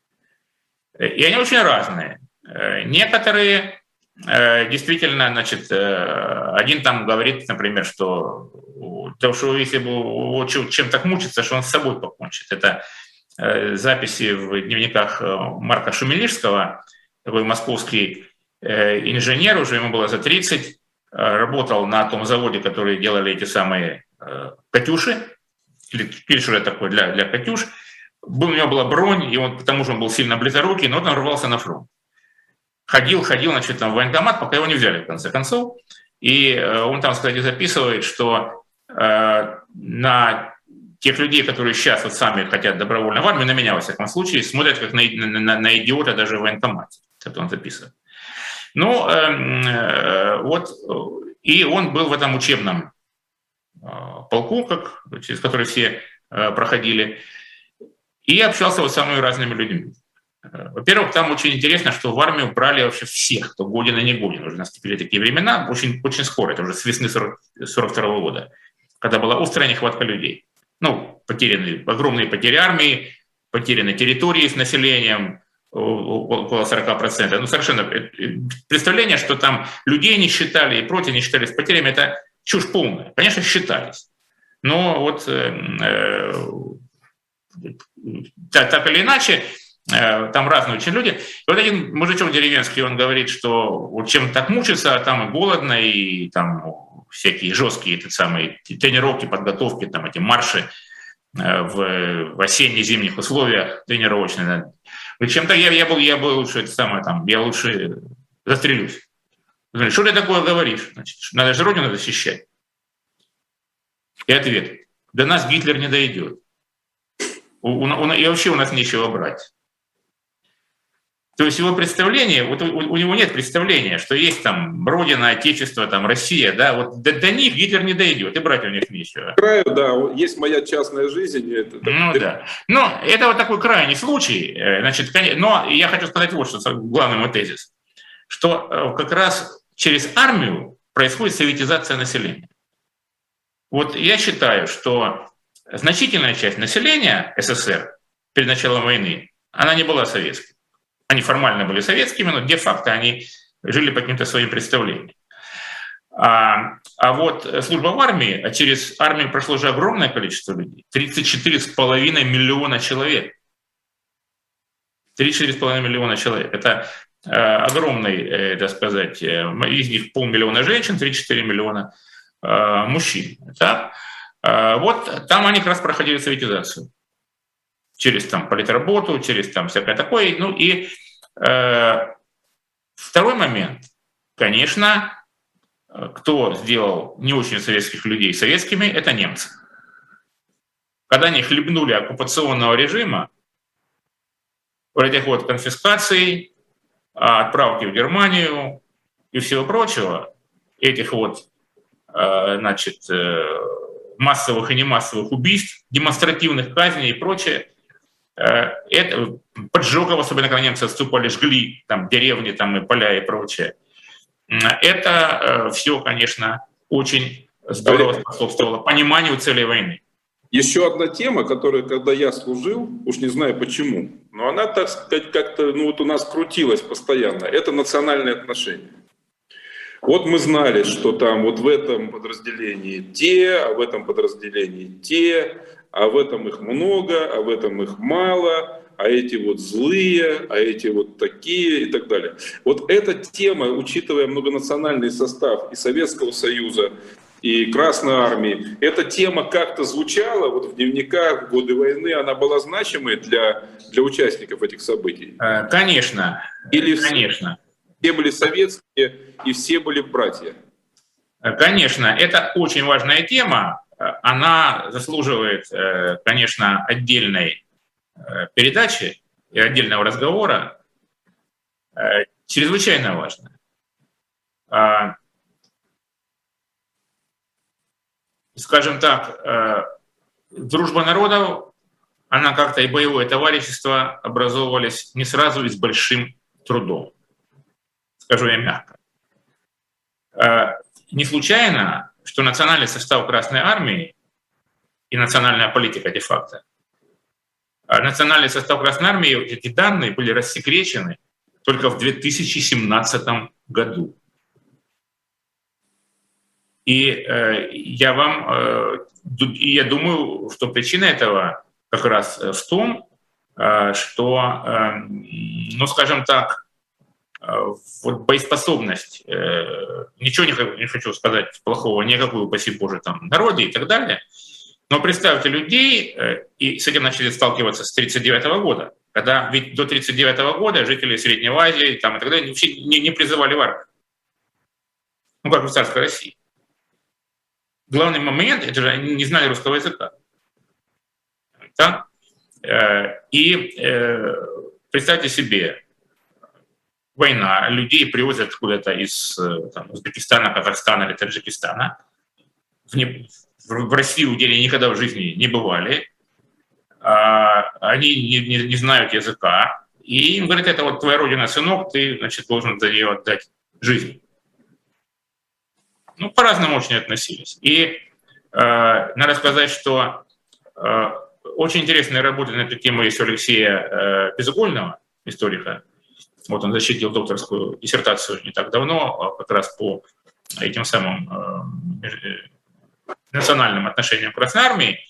И они очень разные. Некоторые э, действительно, значит, э, один там говорит, например, что, то, что если бы чем так мучиться, что он с собой покончит. Это э, записи в дневниках Марка Шумилишского, такой московский инженер, уже ему было за тридцать, работал на том заводе, который делали эти самые «Катюши», или что это такое для, для «Катюш». Был, у него была бронь, и он, к тому же он был сильно близорукий, но вот он рвался на фронт. Ходил, ходил, значит, там в военкомат, пока его не взяли, в конце концов. И он там, кстати, записывает, что э, на тех людей, которые сейчас вот сами хотят добровольно в армию, на меня, во всяком случае, смотрят как на, на, на идиота даже в военкомате. Это он записывает. Ну, э, вот, и он был в этом учебном э, полку, как, через который все э, проходили, и общался вот с самыми разными людьми. Во-первых, там очень интересно, что в армию брали вообще всех, кто годен и не годен. Уже наступили такие времена, очень, очень скоро, это уже с весны сорок второго года, когда была острая нехватка людей. Ну, потеряны огромные потери армии, потеряны территории с населением, около сорока процентов. Ну, совершенно представление, что там людей не считали и прочее не считали с потерями, это чушь полная. Конечно, считались. Но вот э, э, так, так или иначе, э, там разные очень люди. И вот один мужичок деревенский, он говорит, что вот чем так мучиться, там и голодно, и там всякие жесткие эти самые тренировки, подготовки, там эти марши э, в, в осенне-зимних условиях тренировочные. Чем-то я, я, был, я был лучше, это самое, там, я лучше застрелюсь. Говорит, что ты такое говоришь? Значит, надо же родину защищать. И ответ: до нас Гитлер не дойдет. У, у, и вообще у нас нечего брать. То есть его представление, вот у, у него нет представления, что есть там Родина, Отечество, там Россия, да, вот до, до них Гитлер не дойдет, и брать у них нечего. Краю, да, есть моя частная жизнь. Это, ну это... да. Но это вот такой крайний случай, значит, но я хочу сказать вот что, главный мой тезис, что как раз через армию происходит советизация населения. Вот я считаю, что значительная часть населения СССР перед началом войны, она не была советской. Они формально были советскими, но де-факто они жили по каким-то своим представлениям. А, а вот служба в армии, а через армию прошло же огромное количество людей, тридцать четыре с половиной миллиона человек. тридцать четыре с половиной миллиона человек. Это э, огромный, э, так сказать, э, из них полмиллиона женщин, тридцать четыре миллиона э, мужчин. Да? Э, вот там они как раз проходили советизацию. Через там политработу, через там всякое такое. Ну и э, второй момент, конечно, кто сделал не очень советских людей советскими, это немцы. Когда они хлебнули оккупационного режима, вот этих вот конфискаций, отправки в Германию и всего прочего, этих вот, э, значит, э, массовых и немассовых убийств, демонстративных казней и прочее, это, поджогов, особенно когда немцы отступали, жгли там деревни там, и поля и прочее. Это все, конечно, очень здорово способствовало пониманию целей войны. Еще одна тема, которая, когда я служил, уж не знаю почему, но она, так сказать, как-то ну, вот у нас крутилась постоянно, это национальные отношения. Вот мы знали, что там вот в этом подразделении те, а в этом подразделении те, а в этом их много, а в этом их мало, а эти вот злые, а эти вот такие и так далее. Вот эта тема, учитывая многонациональный состав и Советского Союза, и Красной Армии, эта тема как-то звучала вот в дневниках в годы войны, она была значимой для, для участников этих событий? Конечно, Или конечно. Все были советские и все были братья? Конечно, это очень важная тема. Она заслуживает, конечно, отдельной передачи и отдельного разговора. Чрезвычайно важно. Скажем так, дружба народов, она как-то и боевое товарищество образовывались не сразу и с большим трудом. Скажу я мягко. Не случайно, что национальный состав Красной Армии и национальная политика де-факто, национальный состав Красной Армии, эти данные были рассекречены только в две тысячи семнадцатом году. И э, я вам, э, я думаю, что причина этого как раз в том, э, что, э, ну, скажем так, вот боеспособность, ничего не хочу сказать плохого, никакую, упаси Боже, там, народе и так далее, но представьте людей, и с этим начали сталкиваться с тысяча девятьсот тридцать девятого года, когда ведь до тысяча девятьсот тридцать девятого года жители Средней Азии там, и так далее вообще не, не призывали в армию, ну как в царской России. Главный момент, это же они не знали русского языка. Да? И представьте себе, война, людей привозят куда-то из там, Узбекистана, Казахстана или Таджикистана. В, не, в Россию, где они никогда в жизни не бывали. А, они не, не, не знают языка. И им говорят, это вот твоя родина, сынок, ты, значит, должен за нее отдать жизнь. Ну, по-разному очень относились. И э, надо сказать, что э, очень интересные работы на эту тему есть у Алексея э, Безугольного, историка. Вот он защитил докторскую диссертацию не так давно, как раз по этим самым э, национальным отношениям к Красной Армии.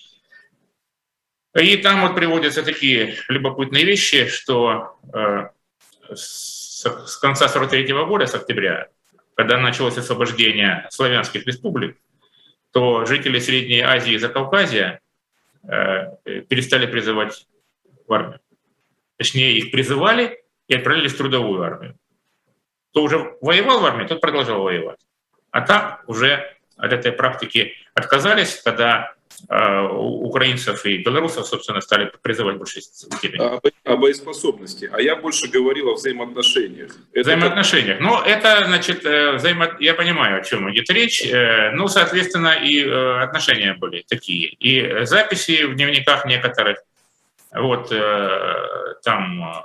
И там вот приводятся такие любопытные вещи, что э, с, с конца сорок третьего года, с октября, когда началось освобождение славянских республик, то жители Средней Азии и Закавказья э, перестали призывать в армию. Точнее, их призывали и отправились в трудовую армию. Кто уже воевал в армии, тот продолжал воевать. А так уже от этой практики отказались, когда э, украинцев и белорусов, собственно, стали призывать в большей степени. О, о боеспособности. А я больше говорил о взаимоотношениях. Это взаимоотношениях. как... Ну, это, значит, взаимо... я понимаю, о чем идет речь. Ну, соответственно, и отношения были такие. И записи в дневниках некоторых, вот, там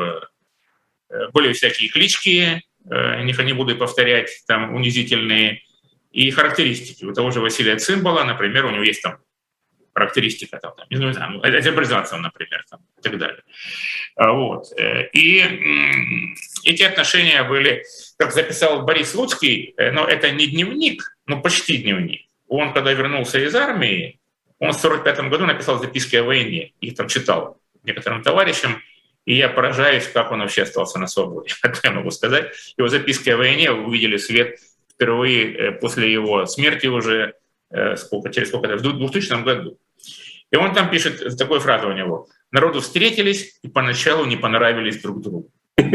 были всякие клички, не буду повторять, там унизительные, и характеристики. У того же Василия Цимбала, например, у него есть там характеристика, там, там, не знаю, азербайджанцев, например, там, и так далее. Вот. И эти отношения были, как записал Борис Луцкий, но это не дневник, но почти дневник. Он, когда вернулся из армии, он в сорок пятом году написал записки о войне, их там читал некоторым товарищам, и я поражаюсь, как он вообще остался на свободе. Это я могу сказать. Его записки о войне увидели свет впервые после его смерти уже, сколько, через сколько-то, в двухтысячном году. И он там пишет, такой фраза у него: «Народу встретились и поначалу не понравились друг другу».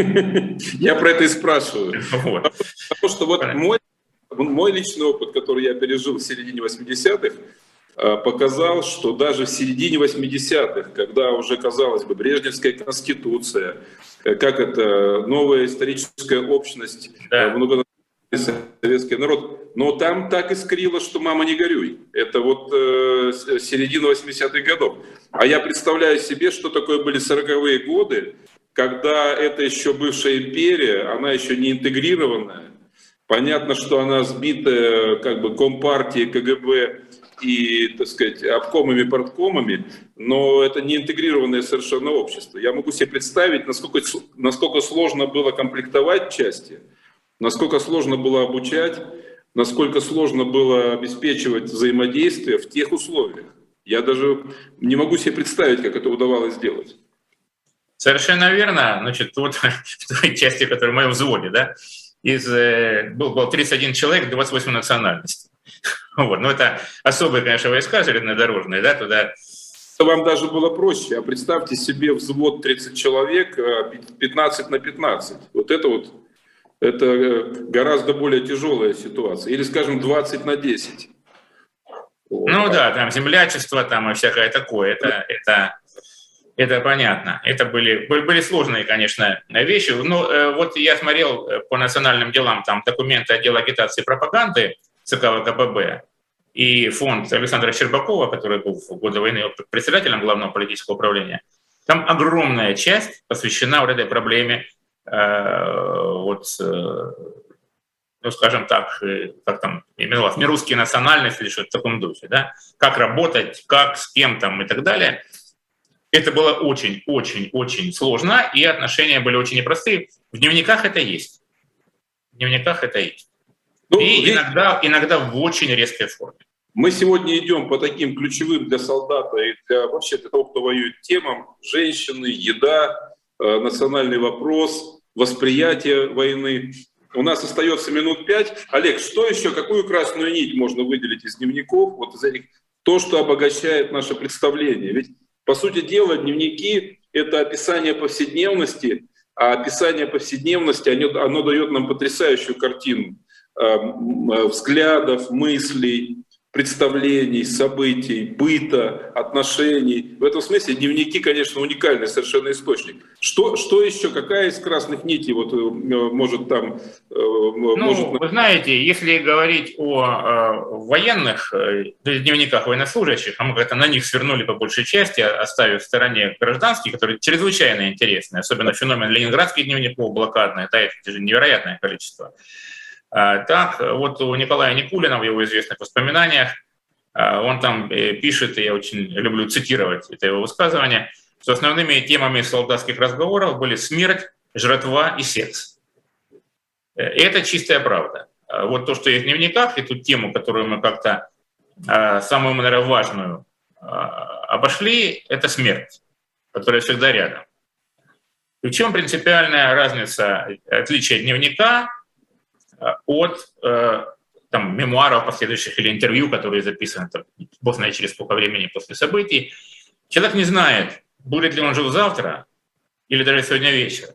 Я про это и спрашиваю. Вот. Потому что вот мой, мой личный опыт, который я пережил в середине восьмидесятых, показал, что даже в середине восьмидесятых, когда уже, казалось бы, Брежневская конституция, как это, новая историческая общность, да. Много советский народ, но там так искрило, что мама не горюй. Это вот э, середина восьмидесятых годов. А я представляю себе, что такое были сороковые годы, когда это еще бывшая империя, она еще не интегрированная. Понятно, что она сбита как бы Компартией, КГБ и, так сказать, обкомами, парткомами, но это не интегрированное совершенно общество. Я могу себе представить, насколько, насколько сложно было комплектовать части, насколько сложно было обучать, насколько сложно было обеспечивать взаимодействие в тех условиях. Я даже не могу себе представить, как это удавалось сделать. Совершенно верно. Значит, вот в той части, которая в моем взводе, да, из, был, был тридцать один человек, двадцать восемь национальностей. Вот. Ну, это особые, конечно, войска железнодорожные, да, туда... Вам даже было проще. А представьте себе взвод тридцать человек, пятнадцать на пятнадцать. Вот это вот, это гораздо более тяжелая ситуация. Или, скажем, двадцать на десять. Вот. Ну да, там землячество, там и всякое такое. Это, это, это понятно. Это были, были сложные, конечно, вещи. Но э, вот я смотрел по национальным делам там документы отдела агитации и пропаганды ЦК ВКПБ и фонд Александра Щербакова, который был в годы войны председателем Главного политического управления. Там огромная часть посвящена вот этой проблеме, э, вот, э, ну, скажем так, э, как там именовалось, не русские национальности или что-то в таком духе, да? Как работать, как, с кем там и так далее. Это было очень-очень-очень сложно, и отношения были очень непростые. В дневниках это есть. В дневниках это есть. Ну, и ведь... иногда, иногда в очень резкой форме. Мы сегодня идем по таким ключевым для солдата и для, вообще для того, кто воюет, темам: женщины, еда, э, национальный вопрос, восприятие войны. У нас остается минут пять. Олег, что еще, какую красную нить можно выделить из дневников, вот из этих, то, что обогащает наше представление? Ведь, по сути дела, дневники — это описание повседневности, а описание повседневности, оно, оно дает нам потрясающую картину взглядов, мыслей, представлений, событий, быта, отношений. В этом смысле дневники, конечно, уникальный совершенно источник. Что, что еще, какая из красных нитей вот, может там... Ну, может... Вы знаете, если говорить о э, военных, э, дневниках военнослужащих, а мы как-то на них свернули по большей части, оставив в стороне гражданские, которые чрезвычайно интересны, особенно феномен ленинградских дневников блокадных, да, это же невероятное количество. Так, вот у Николая Никулина в его известных воспоминаниях, он там пишет, и я очень люблю цитировать это его высказывание, что основными темами солдатских разговоров были смерть, жратва и секс. И это чистая правда. Вот то, что есть в дневниках, и ту тему, которую мы как-то самую, наверное, важную обошли, это смерть, которая всегда рядом. И в чем принципиальная разница, отличие дневника от э, там, мемуаров последующих или интервью, которые записаны, там, бог знает через сколько времени после событий. Человек не знает, будет ли он жив завтра или даже сегодня вечером.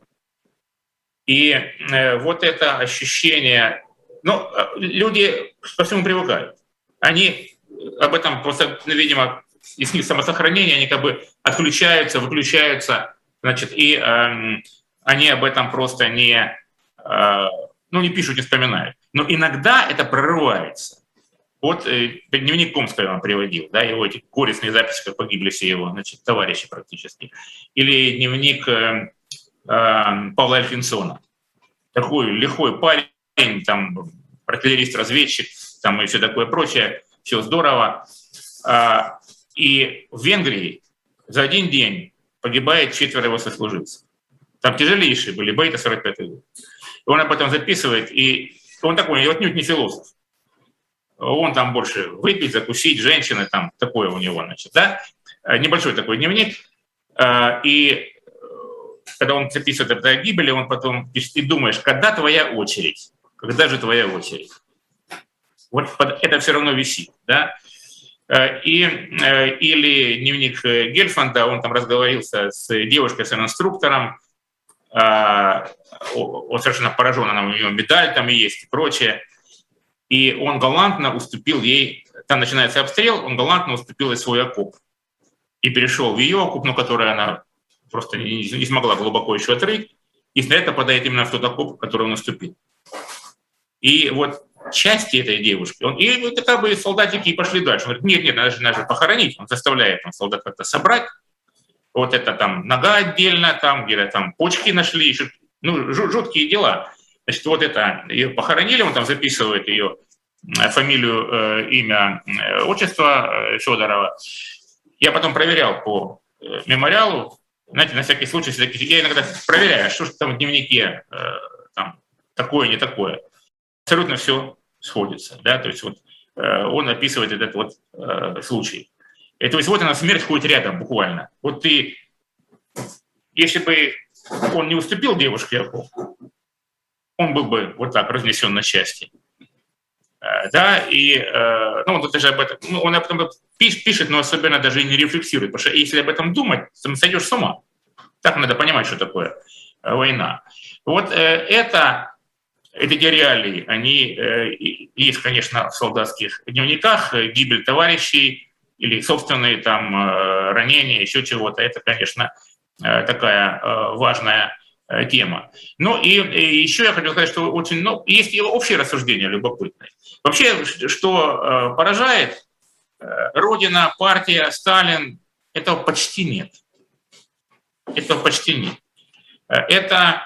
И э, вот это ощущение... Ну, люди ко всему привыкают. Они об этом просто, видимо, из них самосохранения, они как бы отключаются, выключаются, значит, и э, они об этом просто не... Э, ну, не пишут, не вспоминают. Но иногда это прорывается. Вот э, дневник Комского я вам приводил, да, его эти горестные записи, как погибли все его, значит, товарищи практически. Или дневник э, э, Павла Альфинсона. Такой лихой парень, там, артиллерист-разведчик, там и все такое прочее, все здорово. А, и в Венгрии за один день погибает четверо его сослуживцев. Там тяжелейшие были бои, это сорок пятый год. Он об этом записывает, и он такой, отнюдь не философ. Он там больше выпить, закусить, женщины, там такое у него, значит, да. Небольшой такой дневник. И когда он записывает это о гибели, он потом пишет, и думаешь, когда твоя очередь? Когда же твоя очередь? Вот это все равно висит, да. И, или дневник Гельфанда, он там разговорился с девушкой, с инструктором, он совершенно поражен, она, у него медаль там и есть и прочее. И он галантно уступил ей, там начинается обстрел, он галантно уступил ей свой окоп. И перешел в ее окоп, ну, который она просто не, не смогла глубоко еще отрыть, и снаряд попадает именно в тот окоп, в который он уступил. И вот части этой девушки, он, и вот как бы солдатики и пошли дальше. Он говорит, нет, нет, надо же, надо же похоронить. Он заставляет там, солдат как-то собрать. Вот это там нога отдельно, там где-то там почки нашли, еще, ну, жуткие дела. Значит, вот это, ее похоронили, он там записывает ее фамилию, имя, отчество Федорова. Я потом проверял по мемориалу, знаете, на всякий случай, я иногда проверяю, что же там в дневнике, там, такое, не такое. Абсолютно все сходится, да, то есть вот он описывает этот вот случай. И, то есть вот она, смерть ходит рядом буквально. Вот ты, если бы он не уступил девушке, он был бы вот так разнесен на части. Да, и ну, он даже об этом, ну, он об этом пишет, но особенно даже и не рефлексирует, потому что если об этом думать, то сойдешь с ума. Так надо понимать, что такое война. Вот это, эти реалии, они есть, конечно, в солдатских дневниках, гибель товарищей, или собственные там ранения, еще чего-то. Это, конечно, такая важная тема. Ну и, и еще я хотел сказать, что очень, ну, есть и общее рассуждение любопытное. Вообще, что поражает, Родина, партия, Сталин, этого почти нет. Этого почти нет. Это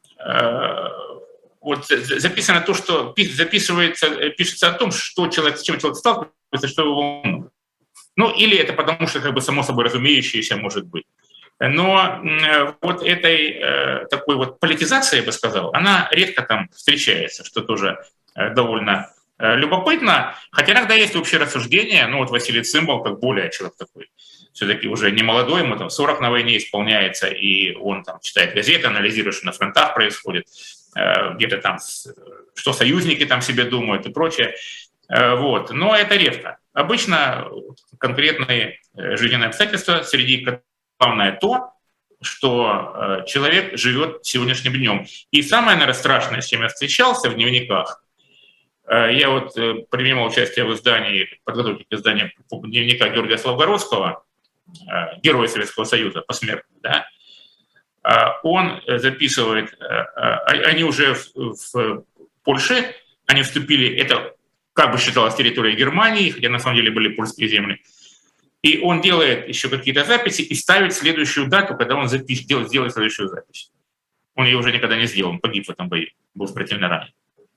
вот записано то, что записывается, пишется о том, что человек, с чем человек сталкивается, что его волнует. Ну, или это потому, что как бы само собой разумеющееся может быть. Но э, вот этой э, такой вот политизации, я бы сказал, она редко там встречается, что тоже э, довольно э, любопытно. Хотя иногда есть общее рассуждение. Ну, вот Василий Цымбал, как более человек такой, все-таки уже не молодой, ему там сорок на войне исполняется, и он там читает газеты, анализирует, что на фронтах происходит, э, где-то там, что союзники там себе думают и прочее. Э, вот. Но это редко. Обычно конкретные жизненные обстоятельства, среди которых главное то, что человек живет сегодняшним днем. И самое, наверное, страшное, с чем я встречался в дневниках, Я вот принимал участие в издании, подготовке к изданию дневника Георгия Славгородского, героя Советского Союза посмертно, да. Он записывает, они уже в, в Польше, они вступили, это как бы считалось территорией Германии, хотя на самом деле были польские земли. И он делает еще какие-то записи и ставит следующую дату, когда он запишет, делает, сделает следующую запись. Он ее уже никогда не сделал, он погиб в этом бою, был смертельно ранен.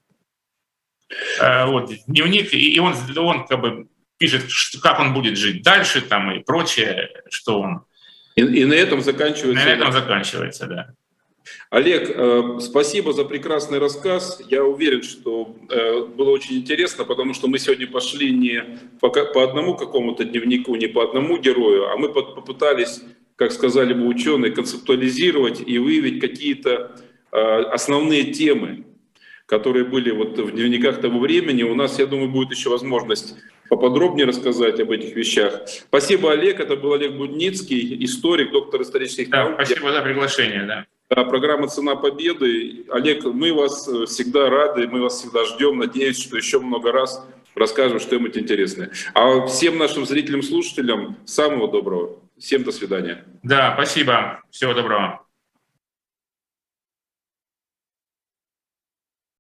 Вот, дневник, и он, он как бы пишет, как он будет жить дальше там, и прочее, что он... И, и на этом заканчивается... На этом заканчивается, да. Олег, э, спасибо за прекрасный рассказ. Я уверен, что э, было очень интересно, потому что мы сегодня пошли не по, по одному какому-то дневнику, не по одному герою, а мы попытались, как сказали бы ученые, концептуализировать и выявить какие-то э, основные темы, которые были вот в дневниках того времени. У нас, я думаю, будет еще возможность поподробнее рассказать об этих вещах. Спасибо, Олег. Это был Олег Будницкий, историк, доктор исторических да, наук. Спасибо за приглашение. Да. Программа «Цена победы». Олег, мы вас всегда рады, мы вас всегда ждем. Надеюсь, что еще много раз расскажем что-нибудь интересное. А всем нашим зрителям, слушателям самого доброго. Всем до свидания. Да, спасибо. Всего доброго.